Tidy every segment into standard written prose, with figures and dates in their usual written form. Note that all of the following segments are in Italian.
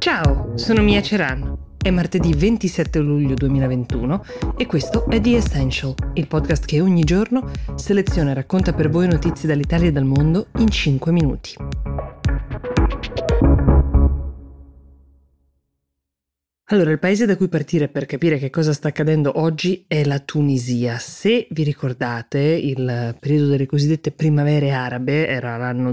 Ciao, sono Mia Ceran. È martedì 27 luglio 2021 e questo è The Essential, il podcast che ogni giorno seleziona e racconta per voi notizie dall'Italia e dal mondo in 5 minuti. Allora, il paese da cui partire per capire che cosa sta accadendo oggi è la Tunisia. Se vi ricordate, il periodo delle cosiddette primavere arabe era l'anno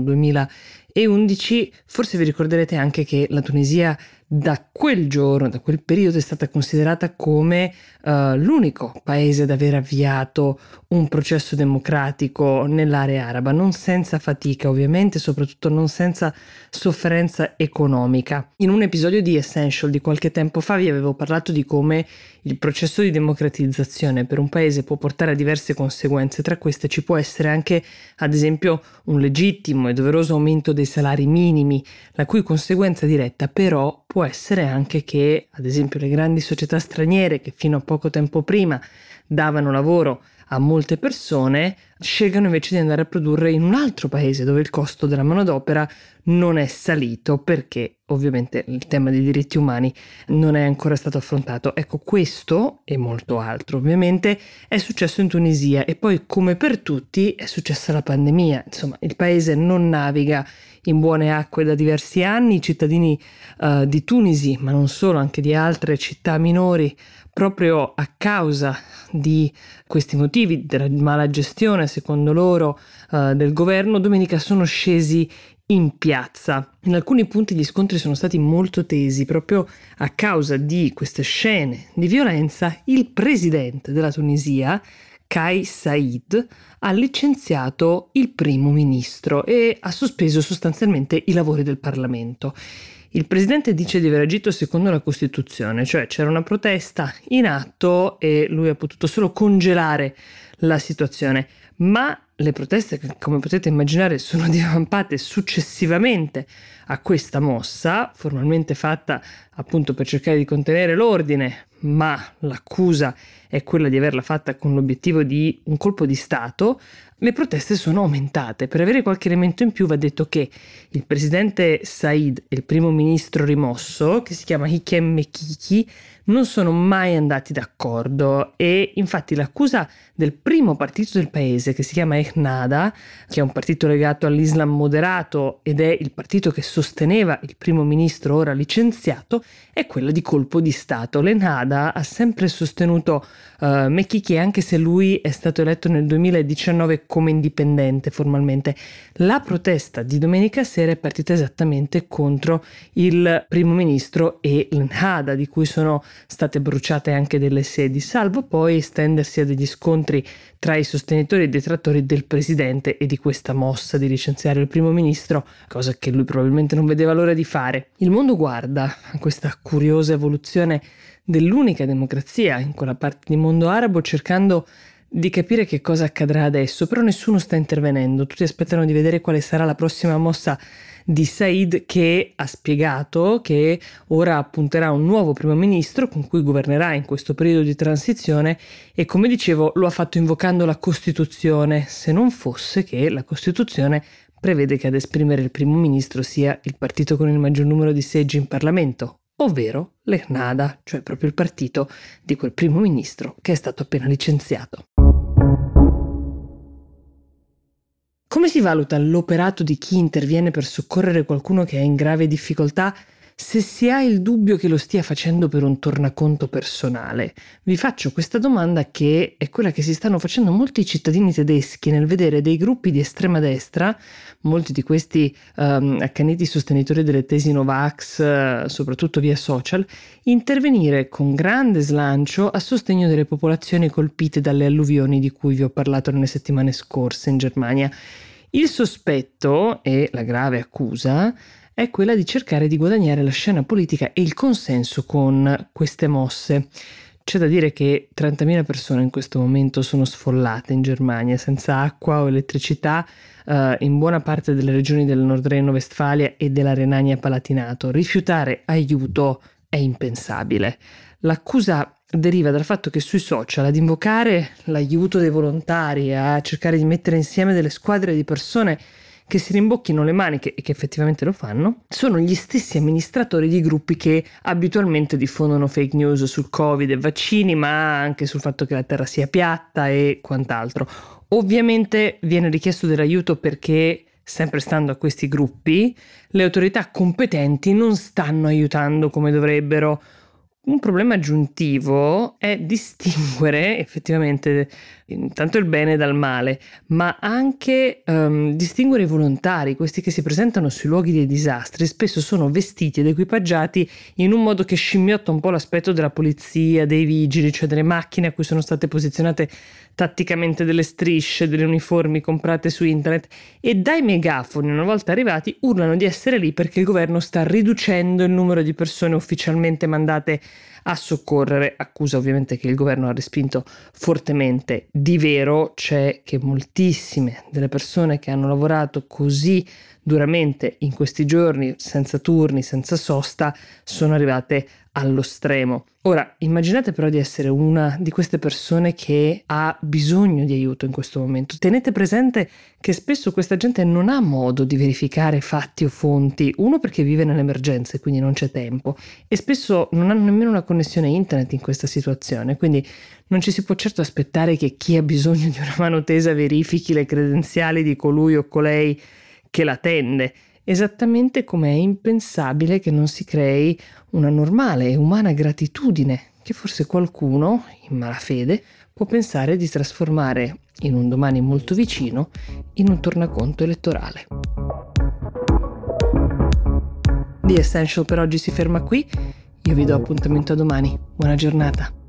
2011, forse vi ricorderete anche che la Tunisia da quel giorno, da quel periodo, è stata considerata come l'unico paese ad aver avviato un processo democratico nell'area araba, non senza fatica ovviamente, soprattutto non senza sofferenza economica. In un episodio di Essential di qualche tempo fa vi avevo parlato di come il processo di democratizzazione per un paese può portare a diverse conseguenze, tra queste ci può essere anche ad esempio un legittimo e doveroso aumento dei salari minimi, la cui conseguenza diretta però può essere anche che ad esempio le grandi società straniere che fino a poco tempo prima davano lavoro a molte persone scelgano invece di andare a produrre in un altro paese dove il costo della manodopera non è salito, perché ovviamente il tema dei diritti umani non è ancora stato affrontato. Ecco, questo e molto altro ovviamente è successo in Tunisia e poi, come per tutti, è successa la pandemia. Insomma, il paese non naviga in buone acque da diversi anni. I cittadini di Tunisi, ma non solo, anche di altre città minori, proprio a causa di questi motivi, della mala gestione secondo loro del governo, domenica sono scesi in piazza. In alcuni punti gli scontri sono stati molto tesi proprio a causa di queste scene di violenza. Il presidente della Tunisia, Kais Saied, ha licenziato il primo ministro e ha sospeso sostanzialmente i lavori del Parlamento. Il presidente dice di aver agito secondo la Costituzione, cioè c'era una protesta in atto e lui ha potuto solo congelare la situazione, ma le proteste, che come potete immaginare sono divampate successivamente a questa mossa, formalmente fatta appunto per cercare di contenere l'ordine, ma l'accusa è quella di averla fatta con l'obiettivo di un colpo di Stato. Le proteste sono aumentate. Per avere qualche elemento in più va detto che il presidente Said e il primo ministro rimosso, che si chiama Hichem Mekiki, non sono mai andati d'accordo e infatti l'accusa del primo partito del paese, che si chiama Ennahda, che è un partito legato all'Islam moderato ed è il partito che sosteneva il primo ministro ora licenziato, è quella di colpo di Stato. L'Ennahda ha sempre sostenuto Mekiki, anche se lui è stato eletto nel 2019 come indipendente formalmente. La protesta di domenica sera è partita esattamente contro il primo ministro e l'Ennahda, di cui sono state bruciate anche delle sedi, salvo poi estendersi a degli scontri tra i sostenitori e i detrattori del presidente e di questa mossa di licenziare il primo ministro, cosa che lui probabilmente non vedeva l'ora di fare. Il mondo guarda a questa curiosa evoluzione dell'unica democrazia in quella parte di mondo arabo, cercando di capire che cosa accadrà adesso, però nessuno sta intervenendo. Tutti aspettano di vedere quale sarà la prossima mossa di Said, che ha spiegato che ora appunterà un nuovo primo ministro con cui governerà in questo periodo di transizione e, come dicevo, lo ha fatto invocando la Costituzione, se non fosse che la Costituzione prevede che ad esprimere il primo ministro sia il partito con il maggior numero di seggi in Parlamento, ovvero l'Ennahda, cioè proprio il partito di quel primo ministro che è stato appena licenziato. Come si valuta l'operato di chi interviene per soccorrere qualcuno che è in grave difficoltà se si ha il dubbio che lo stia facendo per un tornaconto personale? Vi faccio questa domanda, che è quella che si stanno facendo molti cittadini tedeschi nel vedere dei gruppi di estrema destra, molti di questi accaniti sostenitori delle tesi Novax, soprattutto via social, intervenire con grande slancio a sostegno delle popolazioni colpite dalle alluvioni di cui vi ho parlato nelle settimane scorse in Germania. Il sospetto e la grave accusa è quella di cercare di guadagnare la scena politica e il consenso con queste mosse. C'è da dire che 30.000 persone in questo momento sono sfollate in Germania, senza acqua o elettricità, in buona parte delle regioni del Nord Reno-Vestfalia e della Renania-Palatinato. Rifiutare aiuto è impensabile. L'accusa deriva dal fatto che sui social, ad invocare l'aiuto dei volontari, a cercare di mettere insieme delle squadre di persone che si rimbocchino le maniche e che effettivamente lo fanno sono gli stessi amministratori di gruppi che abitualmente diffondono fake news sul Covid e vaccini, ma anche sul fatto che la Terra sia piatta e quant'altro. Ovviamente viene richiesto dell'aiuto perché, sempre stando a questi gruppi, le autorità competenti non stanno aiutando come dovrebbero. Un problema aggiuntivo è distinguere effettivamente intanto il bene dal male, ma anche distinguere i volontari, questi che si presentano sui luoghi dei disastri, spesso sono vestiti ed equipaggiati in un modo che scimmiotta un po' l'aspetto della polizia, dei vigili, cioè delle macchine a cui sono state posizionate tatticamente delle strisce, delle uniformi comprate su internet, e dai megafoni, una volta arrivati, urlano di essere lì perché il governo sta riducendo il numero di persone ufficialmente mandate a soccorrere, accusa ovviamente che il governo ha respinto fortemente. Di vero c'è che moltissime delle persone che hanno lavorato così duramente in questi giorni, senza turni, senza sosta, sono arrivate allo stremo. Ora, immaginate però di essere una di queste persone che ha bisogno di aiuto in questo momento. Tenete presente che spesso questa gente non ha modo di verificare fatti o fonti, uno perché vive nell'emergenza e quindi non c'è tempo, e spesso non hanno nemmeno una connessione internet in questa situazione, quindi non ci si può certo aspettare che chi ha bisogno di una mano tesa verifichi le credenziali di colui o colei che la tende. Esattamente come è impensabile che non si crei una normale e umana gratitudine che forse qualcuno, in malafede, può pensare di trasformare in un domani molto vicino in un tornaconto elettorale. The Essential per oggi si ferma qui, io vi do appuntamento a domani, buona giornata.